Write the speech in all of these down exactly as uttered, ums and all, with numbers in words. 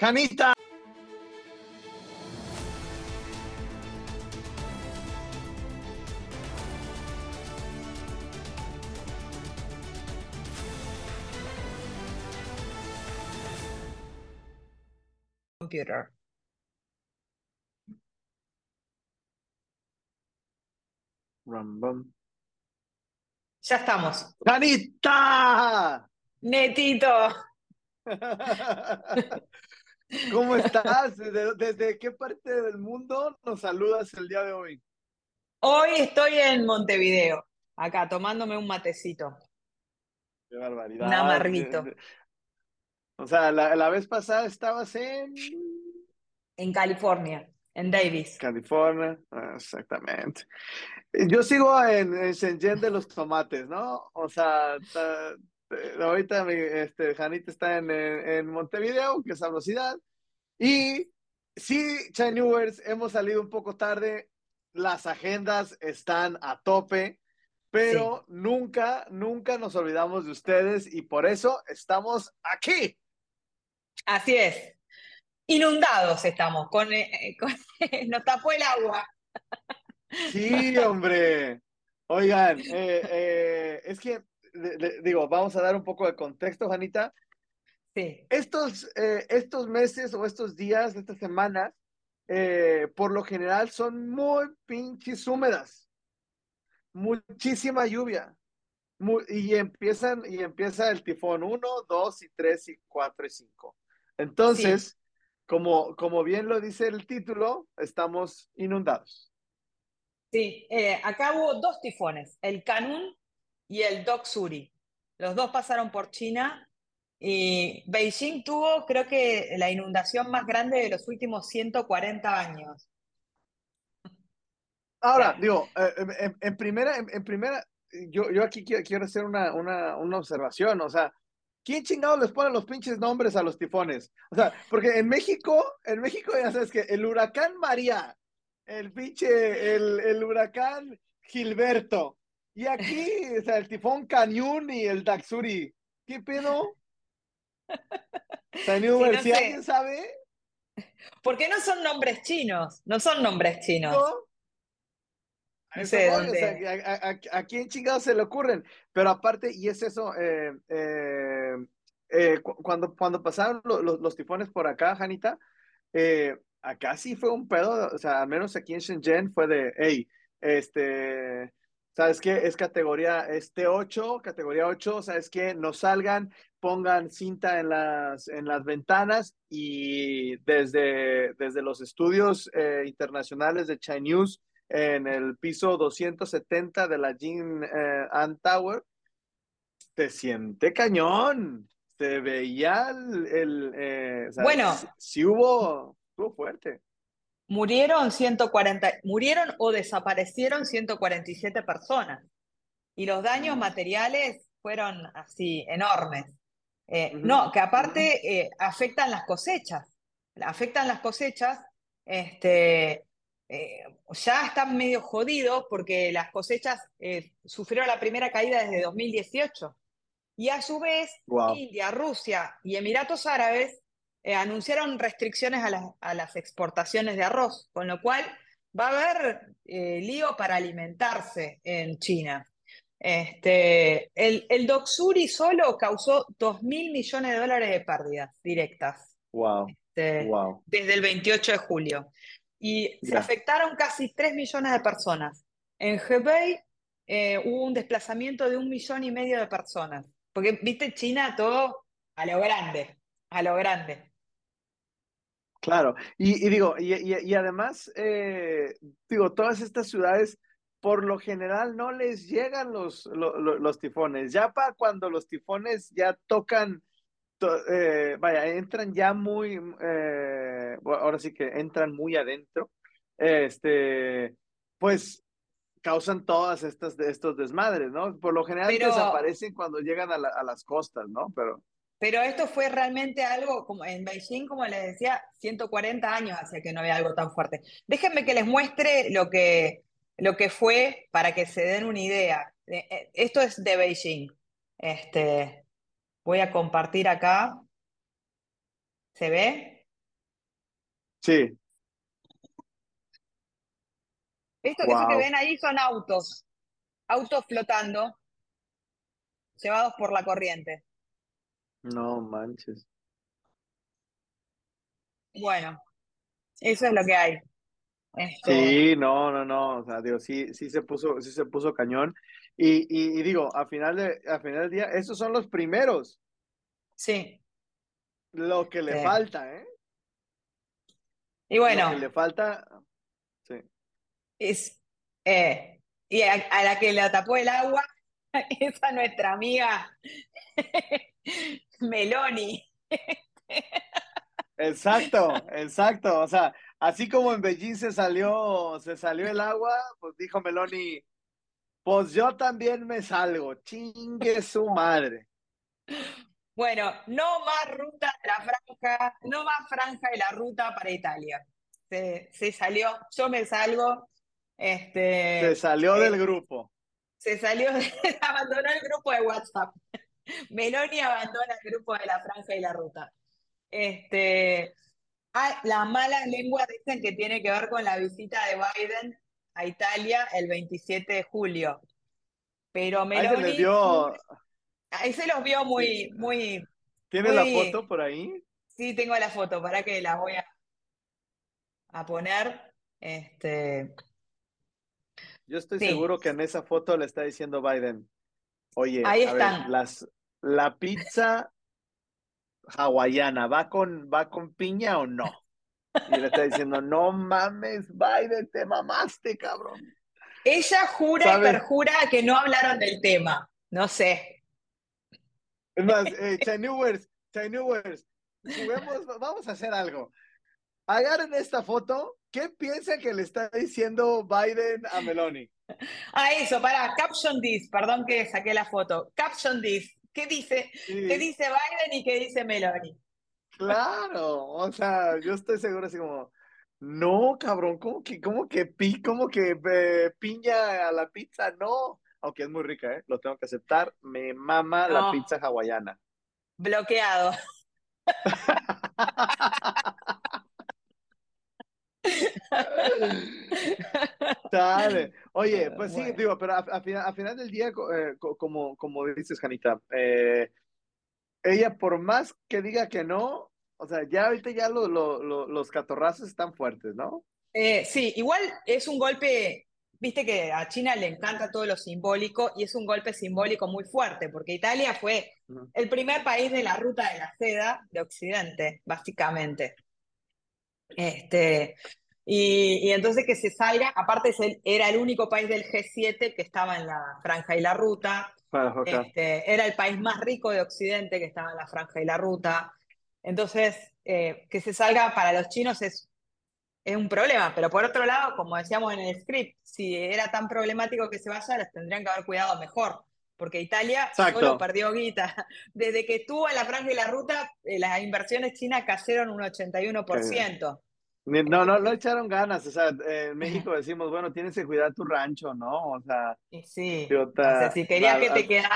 Janita. Computer. Rambam. Ya estamos. ¡Janita! Netito. ¿Cómo estás? ¿Desde, desde qué parte del mundo nos saludas el día de hoy? Hoy estoy en Montevideo, acá tomándome un matecito, ¡Qué un barbaridad! amarguito, O sea, la, la vez pasada estabas en en California, en Davis. California. Ah, exactamente. Yo sigo en, en Shenzhen de los tomates, ¿no? O sea, ta- eh, ahorita mi, este, Janita está en, en, en Montevideo, que es sabrosidad. Y sí, Chinewers, hemos salido un poco tarde, las agendas están a tope, Sí, pero nunca, nunca nos olvidamos de ustedes y por eso estamos aquí. así es. Inundados estamos, con, eh, con- nos tapó el agua. Sí, hombre. Oigan, eh, eh, es que, de- de- digo, vamos a dar un poco de contexto, Janita. Sí, Estos, eh, estos meses o estos días, estas semanas, eh, por lo general son muy pinches húmedas, muchísima lluvia. Mu- y empiezan, y empieza el tifón uno, dos y tres y cuatro y cinco. sí, Entonces, como, como bien lo dice el título, estamos inundados. sí. Eh, acá hubo dos tifones, el Kanun y el Doksuri. Los dos pasaron por China y Beijing tuvo, creo que, la inundación más grande de los últimos ciento cuarenta años. O Ahora, sea, digo, eh, en, en- en primera, en, en primera, yo, yo aquí quiero, quiero hacer una, una, una observación, o sea, ¿quién chingados les pone los pinches nombres a los tifones? O sea, porque en México, en México ya sabes que el huracán María, el pinche, el, el huracán Gilberto, y aquí, o sea, el tifón Cañún y el Daxuri, ¿qué pedo? O sea, sí, Newber, no si alguien sé. sabe, ¿Por qué no son nombres chinos? No son nombres chinos. ¿no? A No eso sé de voy, o sea, dónde. ¿a, a, a, a quién chingados se le ocurren? Pero aparte, y es eso, eh, eh, eh, cu- cuando, cuando pasaron lo- lo- los tifones por acá, Janita, eh, acá sí fue un pedo, o sea, al menos aquí en Shenzhen fue de, hey, este, ¿sabes qué? Es categoría, es T ocho, categoría ocho, ¿sabes qué? No salgan, pongan cinta en las, en las ventanas y desde, desde los estudios eh, internacionales de China News en el piso doscientos setenta de la Jin eh, Ann Tower, se siente cañón. Se veía el, el eh, o sea, sí, Bueno, sí hubo, hubo fuerte. murieron ciento cuarenta, murieron o desaparecieron ciento cuarenta y siete personas. Y los daños Mm. materiales fueron así, enormes. Eh, Ujú, no, que ujú. aparte eh, afectan las cosechas. Afectan las cosechas. Este, eh, ya están medio jodidos porque las cosechas eh, sufrieron la primera caída desde dos mil dieciocho. Y a su vez, Wow. India, Rusia y Emiratos Árabes eh, anunciaron restricciones a, las- a las exportaciones de arroz, con lo cual va a haber eh, lío para alimentarse en China. Este, el, el Doksuri solo causó dos mil millones de dólares de pérdidas directas Wow. este, Wow. desde el veintiocho de julio. Y se Ya. afectaron casi tres millones de personas. En Hebei eh, hubo un desplazamiento de un millón y medio de personas. Porque, viste, China todo a lo grande, a lo grande. Claro. Y, y digo, y, y- y además, eh, digo, todas estas ciudades, por lo general, no les llegan los, lo- lo- los tifones. Ya para cuando los tifones ya tocan to- eh, vaya, entran ya muy, eh, bueno, ahora sí que entran muy adentro, este, pues causan todas estas, estos desmadres, ¿no? Por lo general Pero, desaparecen cuando llegan a, la- a las costas, ¿no? Pero, pero esto fue realmente algo, como en Beijing, como les decía, ciento cuarenta años hacía que no había algo tan fuerte. Déjenme que les muestre lo que, lo que fue para que se den una idea. Eh, eh, Esto es de Beijing. Este, voy a compartir acá. ¿Se ve? Sí, Esto, eso que wow, ven ahí son autos, autos flotando, llevados por la corriente. no manches. Bueno, eso es lo que hay. Este, Sí, no, no, no, o sea, digo, sí, sí se puso, sí se puso cañón. Y, y, y digo, a final de, a final del día, esos son los primeros, sí, lo que le sí. falta, ¿eh? Y Lo bueno, que le falta, sí. es, eh, y a, a la que la tapó el agua, es a nuestra amiga Meloni. Exacto, exacto. O sea, así como en Beijing se salió, se salió el agua, pues dijo Meloni, pues yo también me salgo, chingue su madre. Bueno, no más ruta de la franja, no más franja de la ruta para Italia. Se, se salió, yo me salgo, Se este, salió del eh, grupo. se salió, abandonó el grupo de WhatsApp. Meloni abandona el grupo de la franja y la ruta. Este, ah, las malas lenguas dicen que tiene que ver con la visita de Biden a Italia el veintisiete de julio. Pero Ahí se les Meloni, vio, ahí se los vio ti- muy, muy, ¿tiene la foto muy. por ahí? Sí, tengo la foto, para que la voy a, a poner. Este, Yo estoy sí, seguro que en esa foto le está diciendo Biden, oye, ahí a ver, están. las, la pizza hawaiana, ¿va con, va con piña o no? Y le está diciendo, no mames, Biden, te mamaste, cabrón. Ella jura y ¿Sabes? perjura que no hablaron del tema. No sé. Es más, eh, Chinewers, Chinewers, juguemos, vamos a hacer algo. Agarren esta foto. ¿Qué piensa que le está diciendo Biden a Meloni? Ah, eso, para caption this, perdón que saqué la foto. Caption this. ¿Qué dice? ¿Qué Sí, dice Biden y qué dice Meloni? claro. O sea, yo estoy seguro así como, no, cabrón, ¿cómo que, cómo que pi, cómo que eh, piña a la pizza? No. Aunque es muy rica, ¿eh? Lo tengo que aceptar. Me mama la No, pizza hawaiana. bloqueado. Dale. Oye, pues sí, Bueno. digo, pero a, a final, a final del día, co- eh, co- como, como dices, Janita, eh, ella por más que diga que no, o sea, ya ahorita ya lo- lo- lo- los catorrazos están fuertes, ¿no? Eh, sí, igual es un golpe, viste que a China le encanta todo lo simbólico y es un golpe simbólico muy fuerte, porque Italia fue Ujú. el primer país de la ruta de la seda de Occidente, básicamente. Este, y, y entonces que se salga, aparte es el- era el único país del G siete que estaba en la franja y la ruta, Para acá. este, era el país más rico de Occidente que estaba en la franja y la ruta. Entonces, eh, que se salga para los chinos es es un problema, pero por otro lado, como decíamos en el script, si era tan problemático que se vaya, les tendrían que haber cuidado mejor, porque Italia solo Exacto. perdió guita. Desde que estuvo en la franja y la ruta, eh, las inversiones chinas cayeron un ochenta y uno por Que- ciento. ni- No, no, no Entonces, echaron ganas. O sea, eh, en México decimos, bueno, tienes que cuidar tu rancho, ¿no? O sea, y sí, digo, o sea, ta- si querías que a- te a- quedara,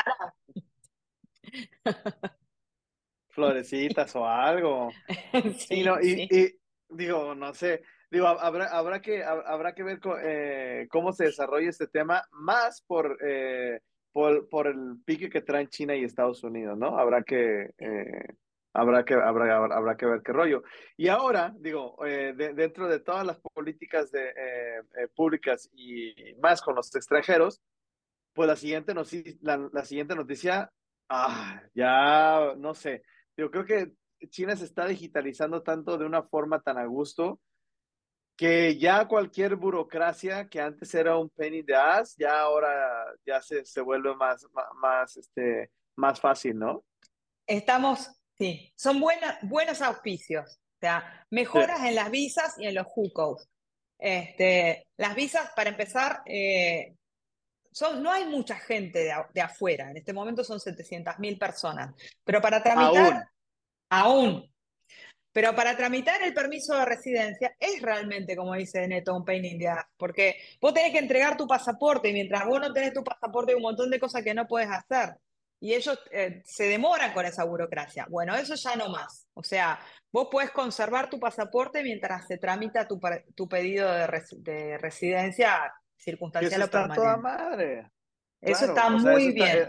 florecitas o algo. Sí, sí, no, y, sí. y digo, no sé, digo, habrá, habrá que, ha- habrá que ver co- eh, cómo se desarrolla este tema, más por, eh, por, por el pique que traen China y Estados Unidos, ¿no? Habrá que, eh, habrá que, habrá, habrá que ver qué rollo. Y ahora, digo, eh, de- dentro de todas las políticas de, eh, eh, públicas y más con los extranjeros, pues la siguiente noticia, la, la siguiente noticia, ah, ya no sé. Yo creo que China se está digitalizando tanto de una forma tan a gusto que ya cualquier burocracia que antes era un pain in the ass, ya ahora ya se, se vuelve más, más, más, este, más fácil, ¿no? Estamos, sí, son buena- buenos auspicios, o sea, Sí. mejoras en las visas y en los hucos. Este, las visas, para empezar, eh, son, no hay mucha gente de, a- de afuera, en este momento son setecientas mil personas, pero para tramitar, Aún. aún, pero para tramitar el permiso de residencia es realmente, como dice Neto, un pain in the ass, porque vos tenés que entregar tu pasaporte y mientras vos no tenés tu pasaporte hay un montón de cosas que no puedes hacer. y ellos eh, se demoran con esa burocracia. Bueno, eso ya no más. O sea, vos podés conservar tu pasaporte mientras se tramita tu, tu pedido de, res, de residencia Que eso circunstancial o está a toda permanente. madre. Eso Claro, está o sea, eso muy está. bien. eh,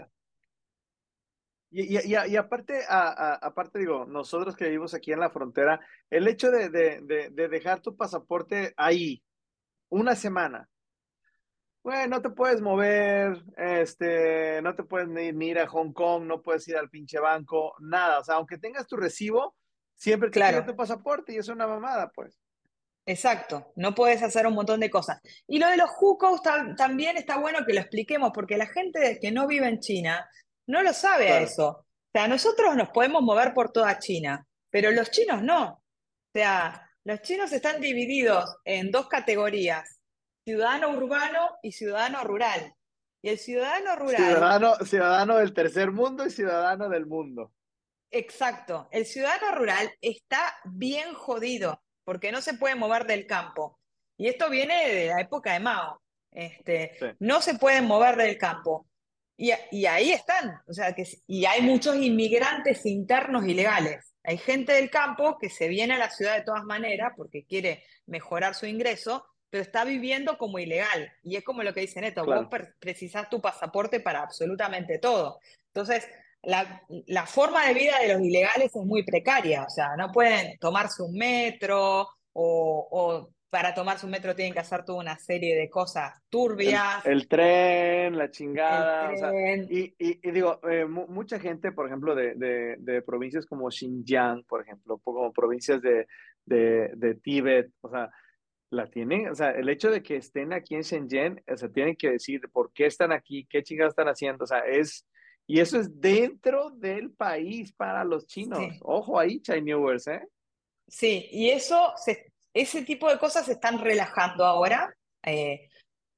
y, y, y, y aparte, a, a- aparte, digo, nosotros que vivimos aquí en la frontera, el hecho de, de, de, de dejar tu pasaporte ahí una semana, bueno, no te puedes mover, este, no te puedes ni, ni ir a Hong Kong, no puedes ir al pinche banco, nada. O sea, aunque tengas tu recibo, siempre te pide Claro, tu pasaporte y es una mamada, pues. exacto. No puedes hacer un montón de cosas. Y lo de los hucos tam- también está bueno que lo expliquemos, porque la gente que no vive en China no lo sabe a Claro. eso. O sea, nosotros nos podemos mover por toda China, pero los chinos no. O sea, los chinos están divididos en dos categorías, ciudadano urbano y ciudadano rural. Y el ciudadano rural, Ciudadano, ciudadano del tercer mundo y ciudadano del mundo. exacto, el ciudadano rural está bien jodido porque no se puede mover del campo. Y esto viene de la época de Mao. Este, Sí, no se pueden mover del campo. Y, y ahí están. O sea, que, y hay muchos inmigrantes internos ilegales. Hay gente del campo que se viene a la ciudad de todas maneras porque quiere mejorar su ingreso, pero está viviendo como ilegal. Y es como lo que dice Neto, vos claro. precisás tu pasaporte para absolutamente todo. Entonces, la, la forma de vida de los ilegales es muy precaria, o sea, no pueden tomarse un metro o, o para tomarse un metro tienen que hacer toda una serie de cosas El, turbias, el tren, la el chingada, o sea, tren, y, y, y digo, eh, mu- mucha gente, por ejemplo, de, de, de provincias como Xinjiang, por ejemplo, como provincias de, de, de Tíbet, o sea, la tienen, o sea, el hecho de que estén aquí en Shenzhen, o sea, tienen que decir por qué están aquí, qué chingados están haciendo, o sea, es, y eso es dentro del país para los chinos. sí, Ojo ahí, Chinese, ¿eh? sí, y eso, se, ese tipo de cosas se están relajando ahora eh,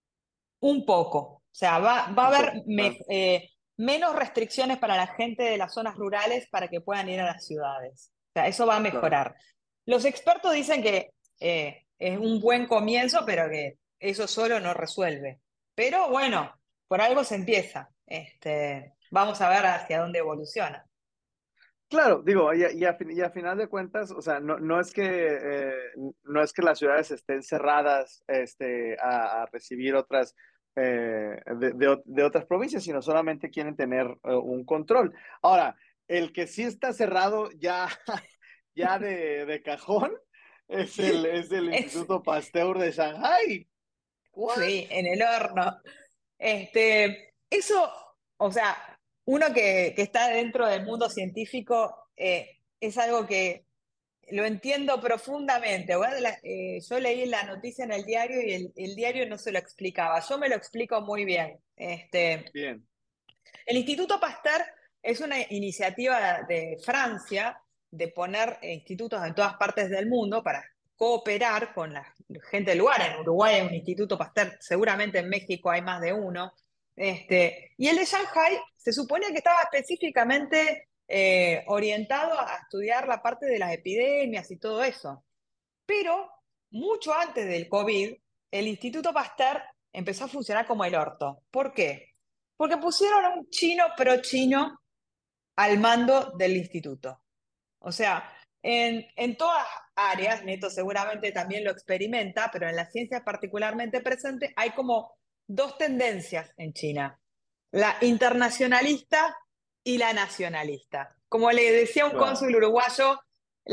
un poco, o sea, va, va a Un haber poco, me- claro, eh, menos restricciones para la gente de las zonas rurales para que puedan ir a las ciudades, o sea, eso va a claro. mejorar. Los expertos dicen que eh, es un buen comienzo, pero que eso solo no resuelve. Pero bueno, por algo se empieza. Este, vamos a ver hacia dónde evoluciona. Claro, digo, y, a, y a fin- y a final de cuentas, o sea, no, no es que eh, no es que las ciudades estén cerradas este, a, a recibir otras eh, de, de ot- de otras provincias, sino solamente quieren tener eh, un control. Ahora, el que sí está cerrado ya, ya de, de cajón es el, es el Es, Instituto Pasteur de Shanghai. ¿What? sí, en el horno. Este, eso, o sea, uno que, que está dentro del mundo científico eh, es algo que lo entiendo profundamente. Bueno, la- eh, yo leí la noticia en el diario y el, el diario no se lo explicaba. Yo me lo explico muy bien. Este, Bien, el Instituto Pasteur es una iniciativa de Francia de poner institutos en todas partes del mundo para cooperar con la gente del lugar. En Uruguay hay un Instituto Pasteur, seguramente en México hay más de uno. Este, y el de Shanghai se supone que estaba específicamente eh, orientado a estudiar la parte de las epidemias y todo eso. Pero mucho antes del COVID, el Instituto Pasteur empezó a funcionar como el orto. ¿Por qué? Porque pusieron a un chino pro-chino al mando del instituto. O sea, en, en todas áreas, Neto seguramente también lo experimenta, pero en la ciencia particularmente presente, hay como dos tendencias en China, la internacionalista y la nacionalista. Como le decía un claro. cónsul uruguayo,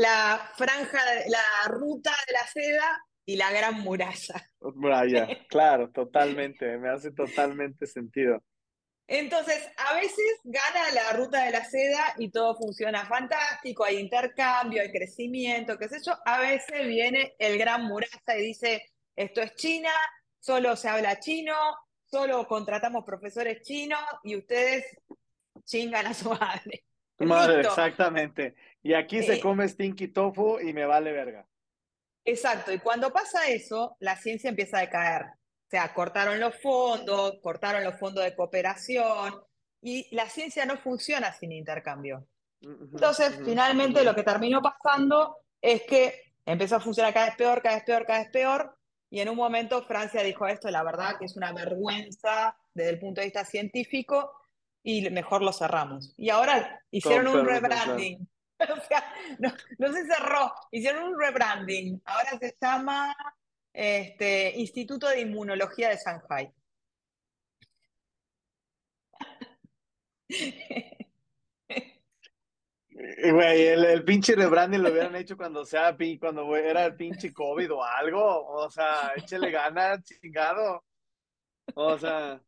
la franja, la ruta de la seda y la gran muralla. Vaya, claro, totalmente, me hace totalmente sentido. Entonces, a veces gana la ruta de la seda y todo funciona fantástico, hay intercambio, hay crecimiento, qué sé yo. A veces viene el gran muralla y dice, esto es China, solo se habla chino, solo contratamos profesores chinos y ustedes chingan a su madre. Madre, Listo. exactamente. Y aquí se Eh, come stinky tofu y me vale verga. exacto. Y cuando pasa eso, la ciencia empieza a decaer. O sea, cortaron los fondos, cortaron los fondos de cooperación y la ciencia no funciona sin intercambio. Ujú, Entonces, ujú, finalmente ujú. lo que terminó pasando es que empezó a funcionar cada vez peor, cada vez peor, cada vez peor, y en un momento Francia dijo esto, la verdad que es una vergüenza desde el punto de vista científico, y mejor lo cerramos. Y ahora Con hicieron un permiso, claro. rebranding. O sea, no, no se cerró, hicieron un rebranding. Ahora se llama este, Instituto de Inmunología de Shanghai. Y, güey, el, el pinche rebranding lo hubieran hecho cuando sea, pi- cuando güey, era el pinche COVID o algo. O sea, échale ganas, chingado. O sea,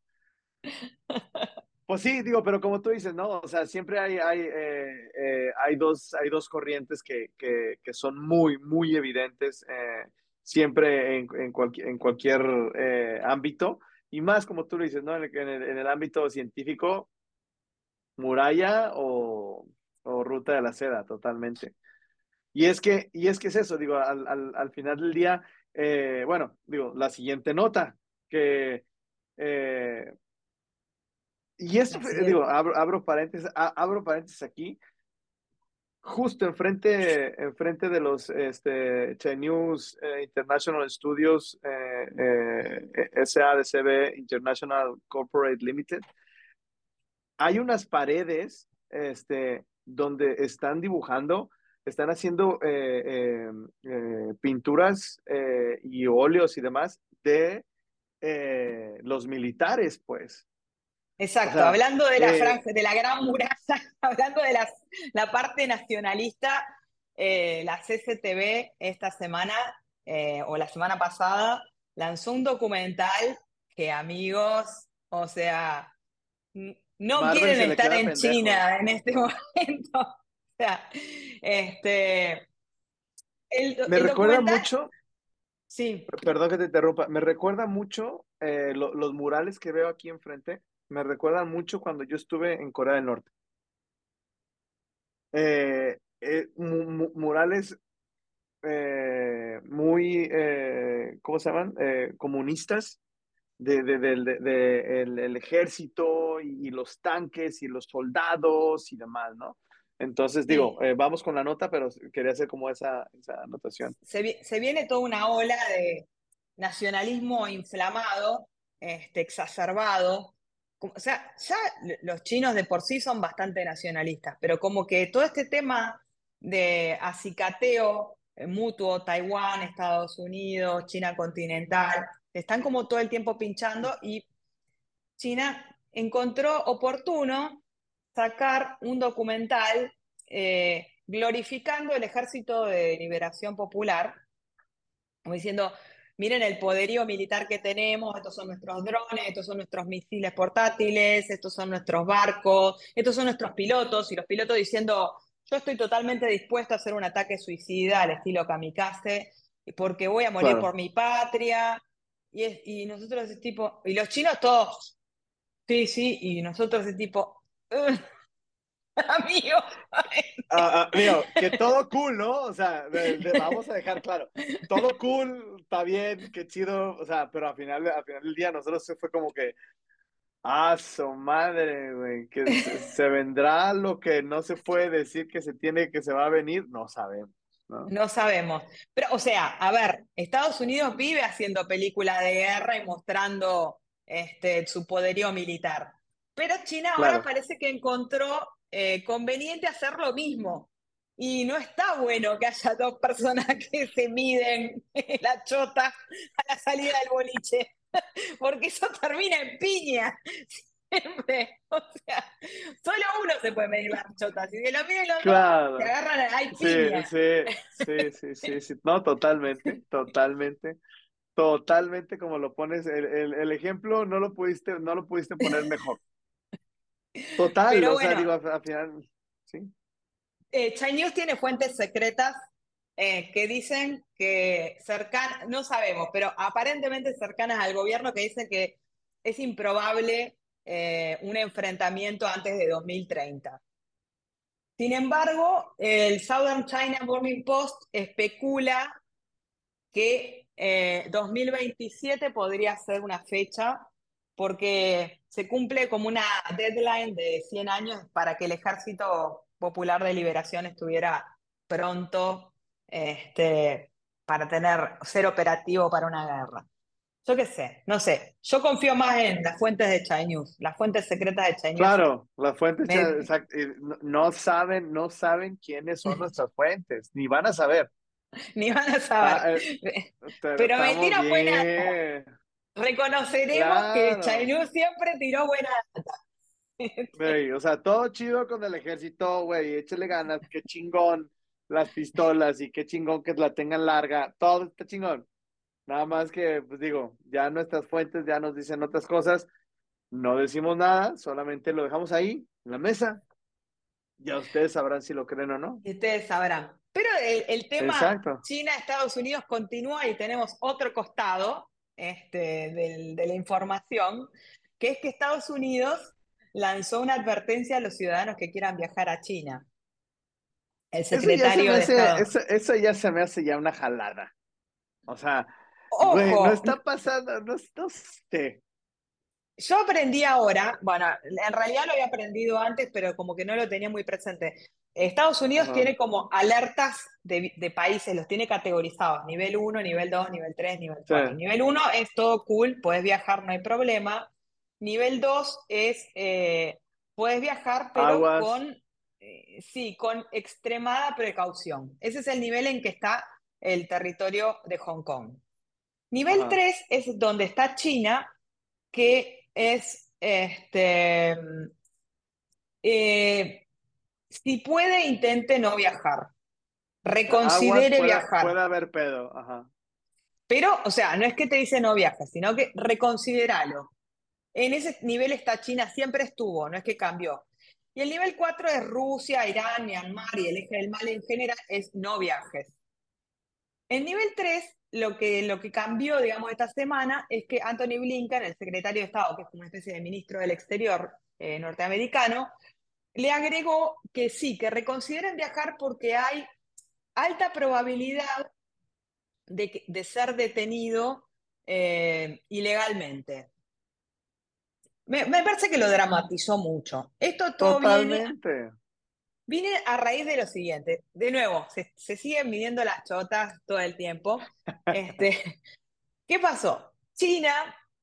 pues sí, digo, pero como tú dices, ¿no? O sea, siempre hay, hay, eh, eh, hay dos, hay dos corrientes que, que, que son muy, muy evidentes, eh, siempre en, en, cualquier, en cualquier eh, ámbito. Y más, como tú lo dices, ¿no? En el, en el, en el ámbito científico, muralla o, o ruta de la seda, totalmente. Y es que, y es que es eso, digo, al, al, al final del día, eh, bueno, digo, la siguiente nota, que, eh, y esto, Así fue- es. digo, abro, abro paréntesis, a- abro paréntesis aquí, justo enfrente, enfrente de los este, News eh, International Studios, eh, eh, S A D C B International Corporate Limited, hay unas paredes este, donde están dibujando, están haciendo eh, eh, eh, pinturas eh, y óleos y demás de eh, los militares, pues. O Exacto, sea, hablando de la eh, franja, de la gran muralla, hablando de las, la parte nacionalista, eh, la C C T V esta semana, eh, o la semana pasada, lanzó un documental que, amigos, o sea, n- no Marvel quieren se le estar queda en pendejo. China en este momento. O sea, este, el, do- Me el recuerda documental, mucho, sí, perdón que te interrumpa, me recuerda mucho eh, lo- los murales que veo aquí enfrente, me recuerdan mucho cuando yo estuve en Corea del Norte. Eh, eh, mu- mu- murales eh, muy, eh, ¿cómo se llaman? Eh, comunistas de, de- del- de- de el, el ejército y, y los tanques y los soldados y demás, ¿no? Entonces, digo, sí. eh, vamos con la nota, pero quería hacer como esa, esa anotación. se, vi- se viene toda una ola de nacionalismo inflamado, este, exacerbado. Como- O sea, ya los chinos de por sí son bastante nacionalistas, pero como que todo este tema de acicateo eh, mutuo, Taiwán, Estados Unidos, China continental, están como todo el tiempo pinchando y China encontró oportuno sacar un documental eh, glorificando el Ejército de Liberación Popular, como diciendo, miren el poderío militar que tenemos, estos son nuestros drones, estos son nuestros misiles portátiles, estos son nuestros barcos, estos son nuestros pilotos, y los pilotos diciendo, yo estoy totalmente dispuesto a hacer un ataque suicida al estilo kamikaze, porque voy a morir Claro. por mi patria, y, es, y nosotros ese tipo, y los chinos todos, sí, sí, y nosotros ese tipo, amigo. Ah, ah, digo, que todo cool, ¿no? O sea, de- de- vamos a dejar claro, todo cool, está bien, qué chido, o sea, pero al final, al final del día nosotros se fue como que, ah, su madre, güey, que se, se vendrá lo que no se puede decir que se tiene, que se va a venir, no sabemos, ¿no? No sabemos. Pero, o sea, a ver, Estados Unidos vive haciendo películas de guerra y mostrando este, su poderío militar. Pero China ahora Claro, parece que encontró eh, conveniente hacer lo mismo. Y no está bueno que haya dos personas que se miden la chota a la salida del boliche, porque eso termina en piña. Siempre. O sea, solo uno se puede medir las chotas. Si se lo miden los dos, se claro, agarran, hay sí, piña. sí, sí, sí, sí, sí, no, totalmente, totalmente. Totalmente como lo pones, el, el, el ejemplo no lo pudiste, no lo pudiste poner mejor. Total, Pero o sea, bueno, digo, al final, sí, eh, China News tiene fuentes secretas eh, que dicen que cercanas, no sabemos, pero aparentemente cercanas al gobierno, que dicen que es improbable eh, un enfrentamiento antes de dos mil treinta. Sin embargo, el Southern China Morning Post especula que eh, dos mil veintisiete podría ser una fecha porque se cumple como una deadline de cien años para que el Ejército Popular de Liberación estuviera pronto este, para tener, ser operativo para una guerra. Yo qué sé, no sé. Yo confío más en las fuentes de Chai News. Las fuentes secretas de Chai News Claro, las fuentes, cha- me, exact- eh, no, no saben, no saben quiénes son nuestras fuentes, ni van a saber. ni van a saber. Ah, eh, pero Pero estamos mentira buena. bien, Reconoceremos que Chai claro. News siempre tiró buena data. Güey, o sea, todo chido con el ejército, güey, échale ganas, qué chingón las pistolas y qué chingón que la tengan larga, todo está chingón. Nada más que, pues digo, ya nuestras fuentes ya nos dicen otras cosas, no decimos nada, solamente lo dejamos ahí, en la mesa, ya ustedes sabrán si lo creen o no. Y ustedes sabrán. Pero el, el tema Exacto. China-Estados Unidos continúa y tenemos otro costado este, del- de la información, que es que Estados Unidos lanzó una advertencia a los ciudadanos que quieran viajar a China. El Eso ya se secretario me de hace, Estado. eso, eso ya se me hace ya una jalada. O sea, güey, no Ojo, está pasando, no, no sé. yo aprendí ahora, bueno, en realidad lo había aprendido antes, pero como que no lo tenía muy presente. Estados Unidos Ajá, tiene como alertas de, de países, los tiene categorizados, nivel uno, nivel dos, nivel tres, nivel sí, cuatro. Nivel uno es todo cool, puedes viajar, no hay problema. Nivel dos es, eh, puedes viajar, pero aguas, con, eh, sí, con extremada precaución. Ese es el nivel en que está el territorio de Hong Kong. Nivel ajá, tres es donde está China, que es, este, eh, si puede, intente no viajar, aguas, reconsidere pueda, viajar. puede haber pedo, ajá, Pero, o sea, no es que te dice no viajes, sino que reconsideralo. En ese nivel está China, siempre estuvo, no es que cambió. Y el nivel cuatro es Rusia, Irán, Myanmar y el eje del mal en general es no viajes. En nivel tres, lo que, lo que cambió, digamos, esta semana es que Anthony Blinken, el secretario de Estado, que es como una especie de ministro del Exterior eh, norteamericano, le agregó que sí, que reconsideren viajar porque hay alta probabilidad de, que- de ser detenido eh, ilegalmente. Me, me parece que lo dramatizó mucho. Esto todo viene, totalmente. viene a raíz de lo siguiente. De nuevo, se, se siguen midiendo las chotas todo el tiempo. Este, ¿qué pasó? China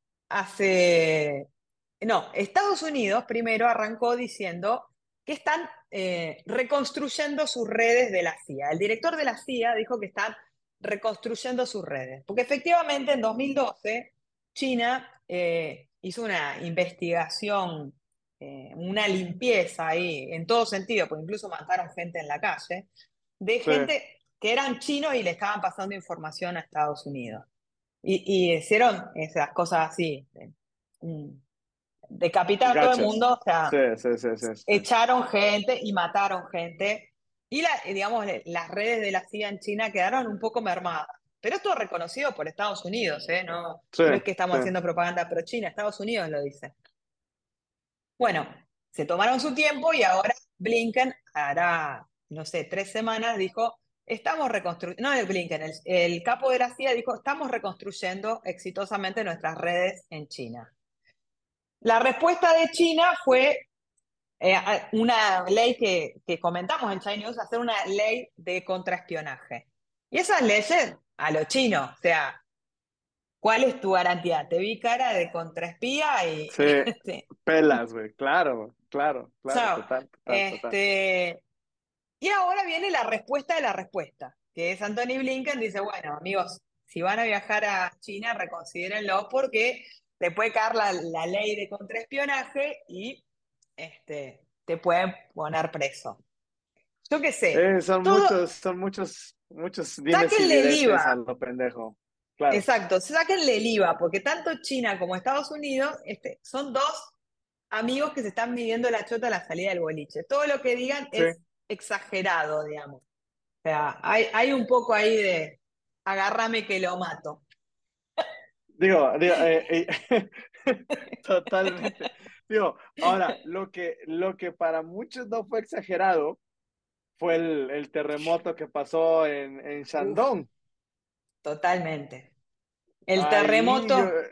hace... No, Estados Unidos primero arrancó diciendo que están eh, reconstruyendo sus redes de la C I A. El director de la C I A dijo que están reconstruyendo sus redes, porque efectivamente en dos mil doce China eh, hizo una investigación, eh, una limpieza ahí, en todo sentido, porque incluso mataron gente en la calle, de Sí, gente que eran chinos y le estaban pasando información a Estados Unidos. Y, y hicieron esas cosas así, de, mm, decapitar a todo el gachas. mundo, o sea, Sí, sí, sí, sí, sí. echaron gente y mataron gente. Y la, digamos, las redes de la C I A en China quedaron un poco mermadas. Pero esto es reconocido por Estados Unidos, ¿eh? No, Sí, no es que estamos sí. haciendo propaganda pro China, Estados Unidos lo dice. Bueno, se tomaron su tiempo y ahora Blinken hará, no sé, tres semanas dijo, estamos reconstruyendo, no el Blinken, el, el capo de la C I A dijo, estamos reconstruyendo exitosamente nuestras redes en China. La respuesta de China fue eh, una ley que, que comentamos en China News, hacer una ley de contraespionaje. Y esas leyes a lo chino, o sea, ¿cuál es tu garantía? Te vi cara de contraespía y, Sí, sí. pelas, güey, claro, claro, claro, Chao. total, total, total. Este, y ahora viene la respuesta de la respuesta, que es Anthony Blinken, dice, bueno, amigos, si van a viajar a China, reconsidérenlo porque te puede caer la, la ley de contraespionaje y este, te pueden poner preso. Yo qué sé, Eh, son todo, muchos, son muchos, muchos dimes y sáquenle el diretes a IVA, lo pendejo. Claro, exacto, sáquenle el IVA, porque tanto China como Estados Unidos este, son dos amigos que se están midiendo la chota a la salida del boliche. Todo lo que digan sí. es exagerado, digamos. O sea, hay, hay un poco ahí de agárrame que lo mato. Digo, digo, eh, eh, totalmente. Digo, ahora, lo que, lo que para muchos no fue exagerado fue el, el terremoto que pasó en, en Uf, Shandong. totalmente. El Ahí yo, terremoto,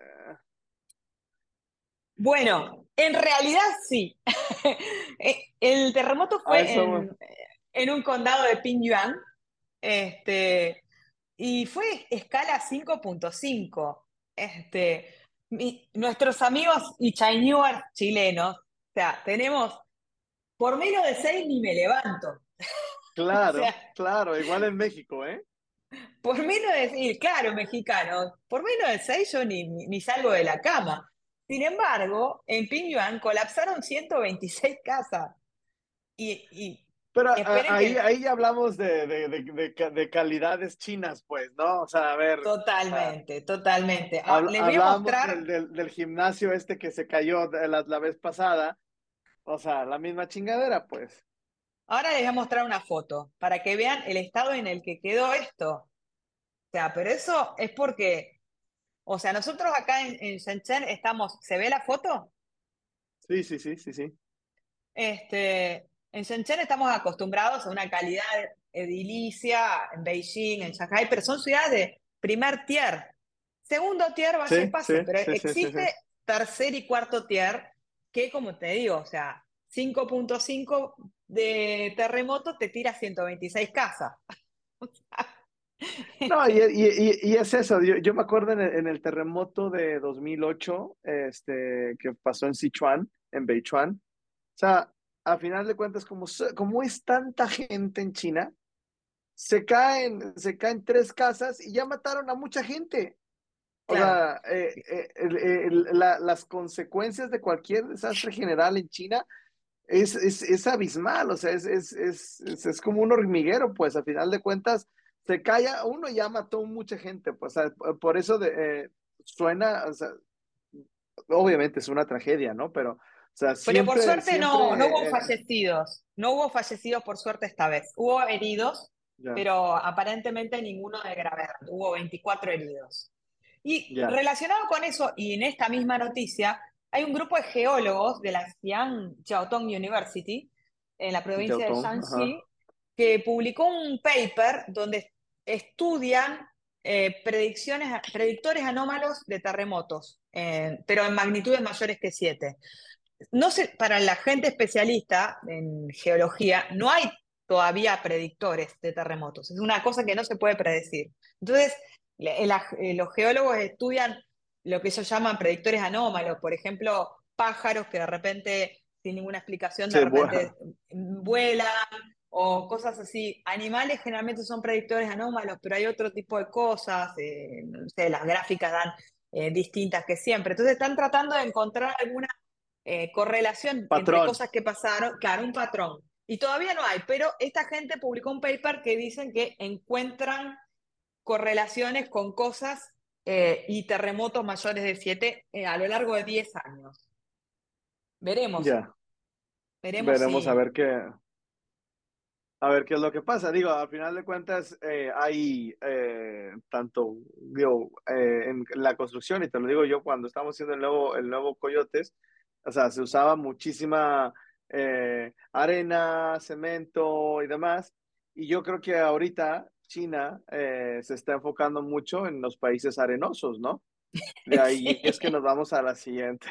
bueno, en realidad sí. Eh, El terremoto a fue eso, en, en un condado de Pingyuan, este, y fue escala cinco punto cinco. Este, mi- nuestros amigos y Chainewers chilenos, o sea, tenemos, por menos de seis ni me levanto. O sea, Claro, claro, igual en México, ¿eh? por menos de seis, claro, mexicanos, por menos de seis yo ni, ni, ni salgo de la cama. Sin embargo, en Pinyuan colapsaron ciento veintiséis casas. Y, y Pero a- esperen ahí, que ahí ya hablamos de, de, de, de ca- de calidades chinas, pues, ¿no? O sea, a ver, o sea, totalmente, totalmente. Ah, hab- les voy a hablábamos mostrar, del, del, del gimnasio este que se cayó de la, la vez pasada, o sea, la misma chingadera, pues. ahora les voy a mostrar una foto para que vean el estado en el que quedó esto. O sea, pero eso es porque, o sea, nosotros acá en, en Shenzhen estamos, ¿se ve la foto? Sí, sí, sí, sí, sí. Este, en Shenzhen estamos acostumbrados a una calidad edilicia, en Beijing, en Shanghai, pero son ciudades de primer tier. Segundo tier, vaya y Sí, sí, pase, pero sí, sí, sí, sí. existe tercer y cuarto tier que, como te digo, o sea, cinco punto cinco de terremoto te tira ciento veintiséis casas. No, y, y, y, y es eso, yo, yo me acuerdo en el, en el terremoto de dos mil ocho, este, que pasó en Sichuan, en Beichuan. O sea, a final de cuentas, como, so- como es tanta gente en China, se caen, se caen tres casas y ya mataron a mucha gente. O Claro. sea, eh, eh, el- el- la- las consecuencias de cualquier desastre general en China es, es, es abismal, o sea, es, es, es, es, es como un hormiguero, pues a final de cuentas se calla, uno ya mató mucha gente, pues o sea, por eso de, eh, suena, o sea, obviamente es una tragedia, ¿no? Pero, o sea, Pero por siempre, suerte no, no hubo siempre, eh, fallecidos. No hubo fallecidos por suerte esta vez. Hubo heridos, ya, pero aparentemente ninguno de gravedad. Hubo veinticuatro heridos. Y ya, relacionado con eso, y en esta misma noticia, hay un grupo de geólogos de la Xi'an Jiaotong University, en la provincia de Yautong, ajá. Shanxi, que publicó un paper donde estudian eh, predicciones, predictores anómalos de terremotos, eh, pero en magnitudes mayores que siete. No sé, para la gente especialista en geología, no hay todavía predictores de terremotos. Es una cosa que no se puede predecir. Entonces, le- la- eh, los geólogos estudian lo que ellos llaman predictores anómalos, por ejemplo, pájaros que de repente, sin ninguna explicación, de Sí, repente bueno, vuelan o cosas así. Animales generalmente son predictores anómalos, pero hay otro tipo de cosas, eh, no sé, las gráficas dan eh, distintas que siempre. Entonces están tratando de encontrar alguna eh, correlación entre patrón. cosas que pasaron, claro, un patrón. Y todavía no hay, pero esta gente publicó un paper que dicen que encuentran correlaciones con cosas eh, y terremotos mayores de siete eh, a lo largo de diez años. Veremos, Ya, veremos veremos a si... ver qué, a ver qué es lo que pasa. Digo, al final de cuentas, eh, hay eh, tanto, digo, eh, en la construcción, y te lo digo yo, cuando estábamos haciendo el nuevo, el nuevo Coyotes, o sea, se usaba muchísima eh, arena, cemento y demás. Y yo creo que ahorita China eh, se está enfocando mucho en los países arenosos, ¿no? De ahí es que Sí. nos vamos a la siguiente.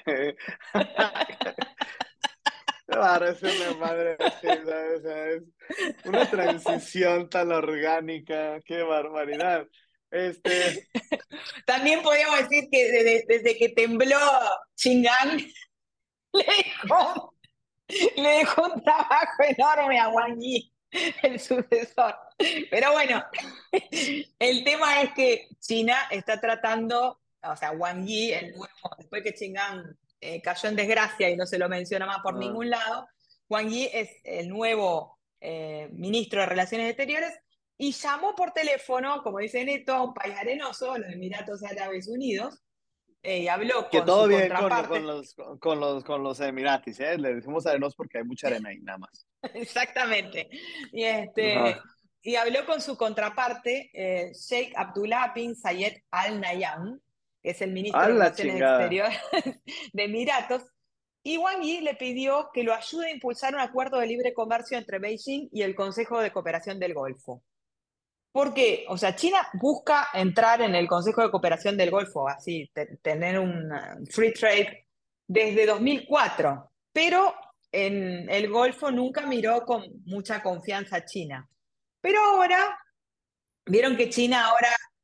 Parece una madre así, ¿sabes? O sea, es una transición tan orgánica, qué barbaridad. Este, También podríamos decir que desde, desde que tembló Chingán, le dejó, le dejó un trabajo enorme a Wang Yi, el sucesor. Pero bueno, el tema es que China está tratando, o sea, Wang Yi, el nuevo, después que Chingán eh, cayó en desgracia y no se lo menciona más por ah, ningún lado, Wang Yi es el nuevo eh, ministro de Relaciones Exteriores y llamó por teléfono, como dice Neto, a un país arenoso, los Emiratos Árabes Unidos, eh, y habló que con todo su bien con, lo- con contraparte. los, con los, con los Emiratis, ¿eh? Le decimos arenos porque hay mucha arena ahí, nada más. Exactamente. Y, Ajá. este, y habló con su contraparte, eh, Sheikh Abdullah bin Zayed Al Nahyan, que es el A ministro de la Relaciones chingada. Exteriores de Emiratos, y Wang Yi le pidió que lo ayude a impulsar un acuerdo de libre comercio entre Beijing y el Consejo de Cooperación del Golfo. ¿Por qué? O sea, China busca entrar en el Consejo de Cooperación del Golfo, así, te- tener un uh, free trade desde dos mil cuatro, pero en el Golfo nunca miró con mucha confianza a China. Pero ahora, vieron que China ahora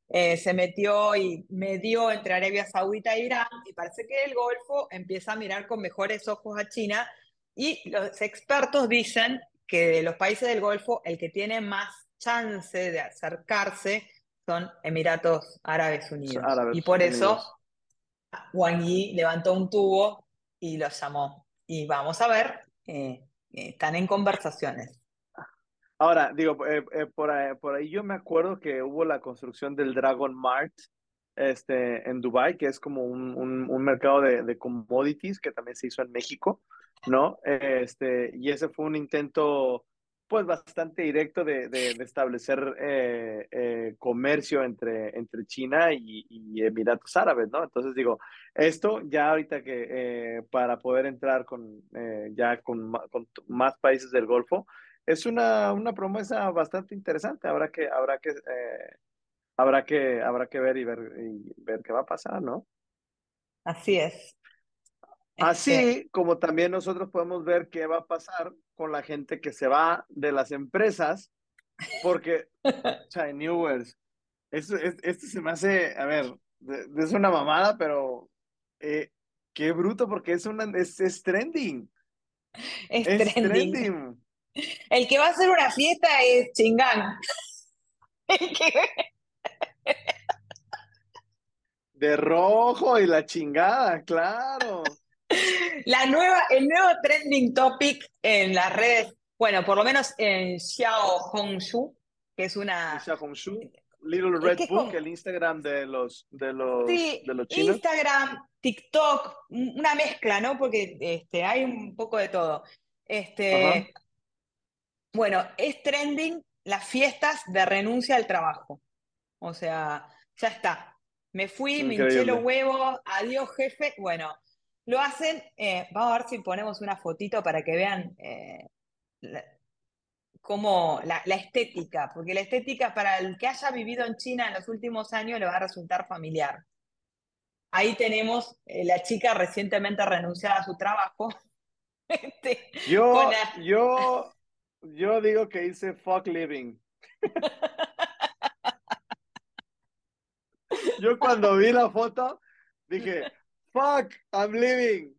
eh, se metió y medió entre Arabia Saudita e Irán, y parece que el Golfo empieza a mirar con mejores ojos a China, y los expertos dicen que de los países del Golfo, el que tiene más chance de acercarse son Emiratos Árabes Unidos. Y Árabes por eso Unidos. Wang Yi levantó un tubo y los llamó. Y vamos a ver, eh, eh, están en conversaciones. Ahora, digo, eh, eh, por ahí, por ahí yo me acuerdo que hubo la construcción del Dragon Mart este, en Dubai, que es como un, un, un mercado de, de commodities que también se hizo en México, ¿no? Este, y ese fue un intento, pues, bastante directo de, de, de establecer eh, eh, comercio entre, entre China y, y Emiratos Árabes, ¿no? Entonces, digo, esto ya ahorita que eh, para poder entrar con, eh, ya con, ma- con más países del Golfo, es una, una promesa bastante interesante. Habrá que, habrá que, eh, habrá que, habrá que ver y ver, y ver qué va a pasar, ¿no? Así es. Este, Así como también nosotros podemos ver qué va a pasar con la gente que se va de las empresas, porque, Chai Newells, esto, es- esto se me hace, a ver, de- de- es una mamada, pero eh, qué bruto, porque es, una, es, es trending, es es trending. trending, El que va a hacer una fiesta es Chingán. El que- de rojo y la chingada, claro. La nueva, el nuevo trending topic en las redes, bueno, por lo menos en Xiao Hongshu, que es En una, Xiaohongshu, Little es Red que es Book, como, el Instagram de los, de los, sí, de los chinos. Instagram, TikTok, una mezcla, ¿no? Porque este, hay un poco de todo. Ajá, Este, bueno, es trending las fiestas de renuncia al trabajo. O sea, ya está. Me fui, me hinché los increíble. huevos, adiós jefe. Bueno, lo hacen, eh, vamos a ver si ponemos una fotito para que vean eh, la, cómo la, la estética, porque la estética para el que haya vivido en China en los últimos años le va a resultar familiar. Ahí tenemos eh, la chica recientemente renunciada a su trabajo, este, con Yo, la... yo, yo digo que hice fuck living. Yo cuando vi la foto dije, fuck, I'm living.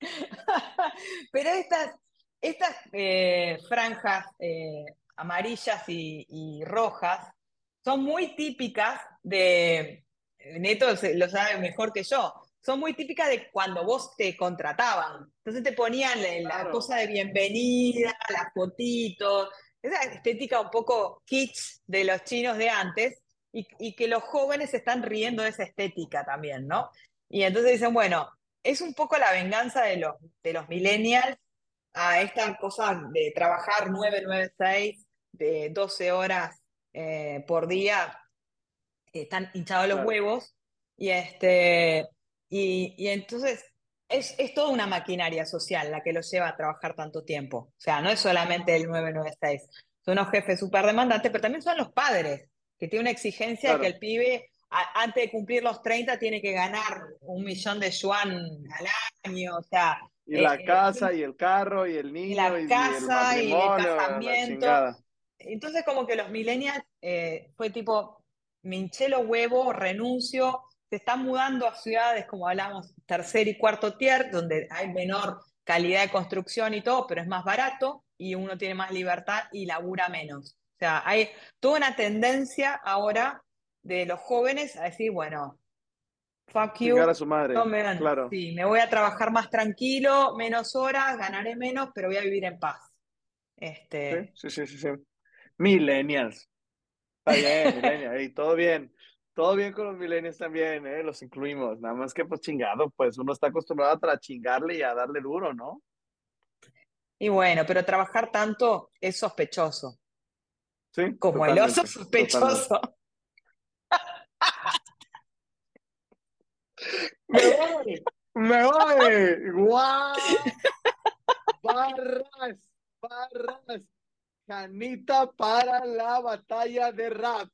Pero estas, estas eh, franjas eh, amarillas y, y rojas son muy típicas de, Neto se- lo sabe mejor que yo, son muy típicas de cuando vos te contrataban. Entonces te ponían la, la Claro, cosa de bienvenida, las fotitos, esa estética un poco kitsch de los chinos de antes, y, y que los jóvenes están riendo de esa estética también, ¿no? Y entonces dicen, bueno, es un poco la venganza de los, de los millennials a esta cosa de trabajar nueve nueve seis de doce horas eh, por día, están hinchados los claro. huevos, y, este, y, y entonces es, es toda una maquinaria social la que los lleva a trabajar tanto tiempo. O sea, no es solamente el nueve nueve seis, son los jefes súper demandantes, pero también son los padres, que tienen una exigencia que Claro. el pibe a- antes de cumplir los treinta tiene que ganar un millón de yuan al año, o sea, Y eh, la eh, es casa un- y el carro y el y niño la y, y el casa y el matrimonio, la casamiento. chingada. Entonces como que los millennials eh, fue tipo, me hinché los huevos, renuncio, se están mudando a ciudades, como hablamos, tercer y cuarto tier, donde hay menor calidad de construcción y todo, pero es más barato y uno tiene más libertad y labura menos. O sea, hay toda una tendencia ahora de los jóvenes a decir, bueno, fuck Chingar a you, su madre, tomen, claro. sí, me voy a trabajar más tranquilo, menos horas, ganaré menos, pero voy a vivir en paz. Sí, Este, sí, sí, sí, sí. Millennials. Está bien, millennials. Y todo bien. Todo bien con los millennials también, ¿eh? Los incluimos. Nada más que, pues, chingado, pues uno está acostumbrado a chingarle y a darle duro, ¿no? y bueno, pero trabajar tanto es sospechoso, Sí, como el oso totalmente, totalmente. sospechoso. Me voy, me voy. ¡Guau! Barras, barras. Canita para la batalla de rap.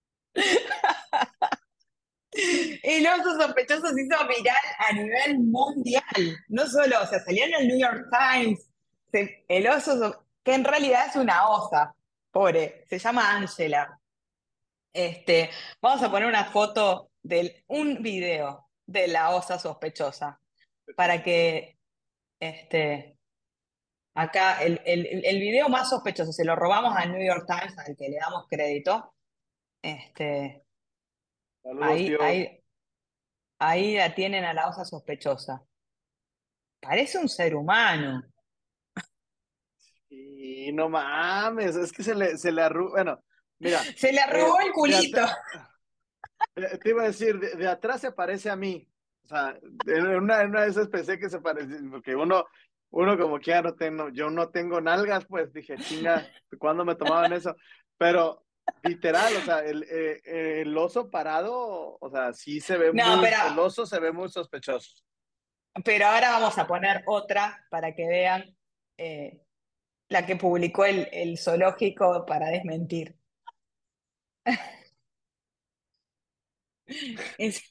El oso sospechoso se hizo viral a nivel mundial. No solo, o sea, salió en el New York Times. Se- el oso, so- que en realidad es una osa, pobre, se llama Angela. Este, vamos a poner una foto de un video de la osa sospechosa para que este, acá el, el, el video más sospechoso, se lo robamos al New York Times, al que le damos crédito. Este, Saludos, ahí, tío. ahí, ahí la tienen a la osa sospechosa. Parece un ser humano. Y no mames, es que se le, se le arruga. Bueno, mira, Se le eh, arrugó el de culito. at- eh, te iba a decir, de, de atrás se parece a mí. O sea, en una, en una de esas pensé que se parecía, porque uno, uno como que ya no tengo, yo no tengo nalgas, pues dije, chinga, ¿cuándo me tomaban eso? Pero literal, o sea, el, eh, eh, el oso parado, o sea, sí se ve No, muy, pero, el oso se ve muy sospechoso. pero ahora vamos a poner otra para que vean eh, la que publicó el, el zoológico para desmentir. Es-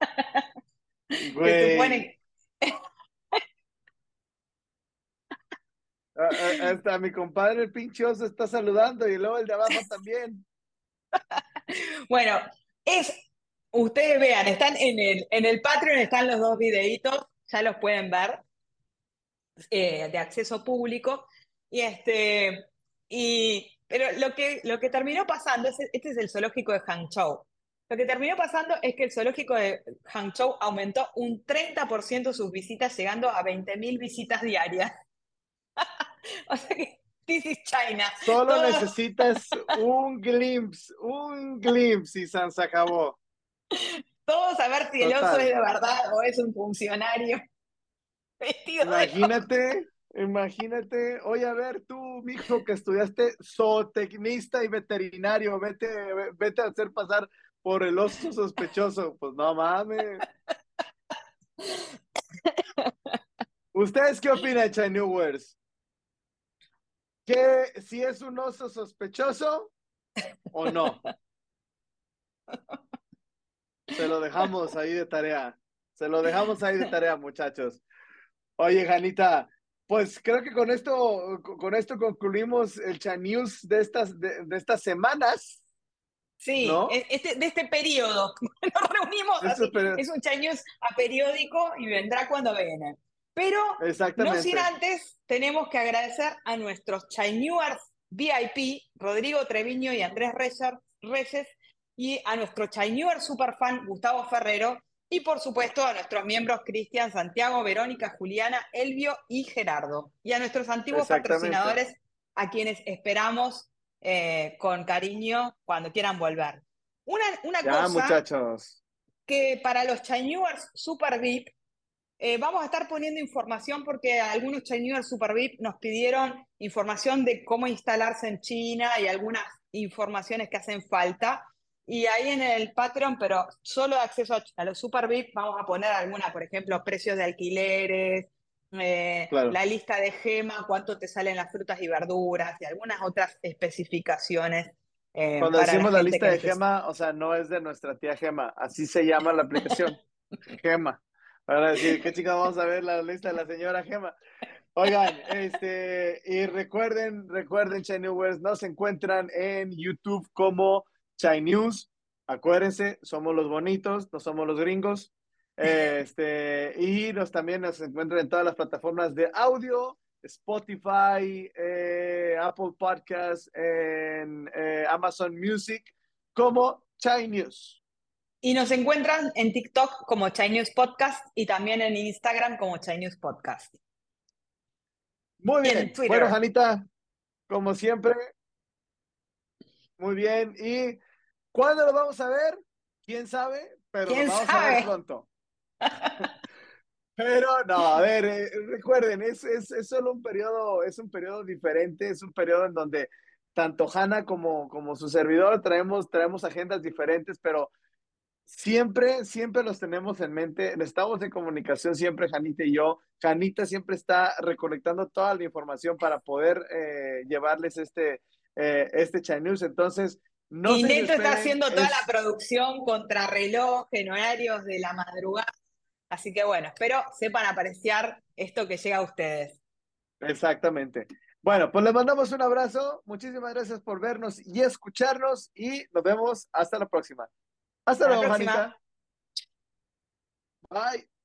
que Güey, supone. a- a- hasta mi compadre el pinche oso está saludando y luego el de abajo también. Bueno, es, ustedes vean, están en el, en el Patreon, están los dos videitos, ya los pueden ver, eh, de acceso público. Y este, y, pero lo que, lo que terminó pasando, es, este es el zoológico de Hangzhou. Lo que terminó pasando es que el zoológico de Hangzhou aumentó un treinta por ciento sus visitas, llegando a veinte mil visitas diarias. O sea que, this is China. Solo Todo, necesitas un glimpse, un glimpse y San se acabó. todos a ver si el oso es Total. de verdad o es un funcionario vestido de... Imagínate, imagínate. Oye, a ver, tú, mijo, que estudiaste zootecnista y veterinario, vete, vete a hacer pasar por el oso sospechoso. Pues no mames. ¿Ustedes qué opinan, Chai Newers? ¿Que si es un oso sospechoso o no? Se lo dejamos ahí de tarea. Se lo dejamos ahí de tarea, muchachos. Oye, Janita, pues creo que con esto, con esto concluimos el Chan News de estas, de, de estas semanas, Sí, ¿no? e- este, de este periodo. Nos reunimos Esto es así. pero- Es un News a periódico y vendrá cuando viene. Pero no sin exactamente, antes, tenemos que agradecer a nuestros Chinewers V I P, Rodrigo Treviño y Andrés Reyer- Reyes, y a nuestro Chinewer Superfan, Gustavo Ferrero, y por supuesto a nuestros miembros Cristian, Santiago, Verónica, Juliana, Elvio y Gerardo. Y a nuestros antiguos exactamente. patrocinadores, a quienes esperamos eh, con cariño cuando quieran volver. Una, una Ya, cosa muchachos. que para los Chinewers Super V I P, eh, vamos a estar poniendo información porque algunos Chinewers Super V I P nos pidieron información de cómo instalarse en China y algunas informaciones que hacen falta. Y ahí en el Patreon, pero solo de acceso a, a los Super V I P, vamos a poner alguna, por ejemplo, precios de alquileres, eh, Claro. la lista de Gema, cuánto te salen las frutas y verduras y algunas otras especificaciones eh, Cuando para la decimos la gente lista que de necesita. Gema, o sea, no es de nuestra tía Gema, así se llama la aplicación, Gema. Para decir, ¿qué chica vamos a ver la lista de la señora Gema? Oigan, este, y recuerden, recuerden, Chai Newers, nos encuentran en YouTube como Chai News. Acuérdense, somos los bonitos, no somos los gringos. Este, y nos también nos encuentran en todas las plataformas de audio, Spotify, eh, Apple Podcasts, en eh, Amazon Music, como Chai News. Y nos encuentran en TikTok como Chinese Podcast y también en Instagram como Chinese Podcast. Muy Y en bien. Bueno, Twitter. Janita, como siempre, muy bien. ¿Y cuándo lo vamos a ver? ¿Quién sabe? Pero lo ¿Quién vamos a ver sabe? pronto. Pero no, a ver, eh, recuerden, es, es, es solo un periodo, es un periodo diferente, es un periodo en donde tanto Hanna como, como su servidor traemos, traemos agendas diferentes, pero siempre, siempre los tenemos en mente. Estamos en comunicación siempre, Janita y yo. Janita siempre está recolectando toda la información para poder eh, llevarles este, eh, este Chai News. Entonces, no Y se Neto está desesperen. haciendo toda la Es producción contrarreloj en horarios de la madrugada. Así que bueno, espero sepan apreciar esto que llega a ustedes. exactamente. Bueno, pues les mandamos un abrazo. Muchísimas gracias por vernos y escucharnos y nos vemos hasta la próxima. Hasta Hasta la luego, próxima. Janita. Bye.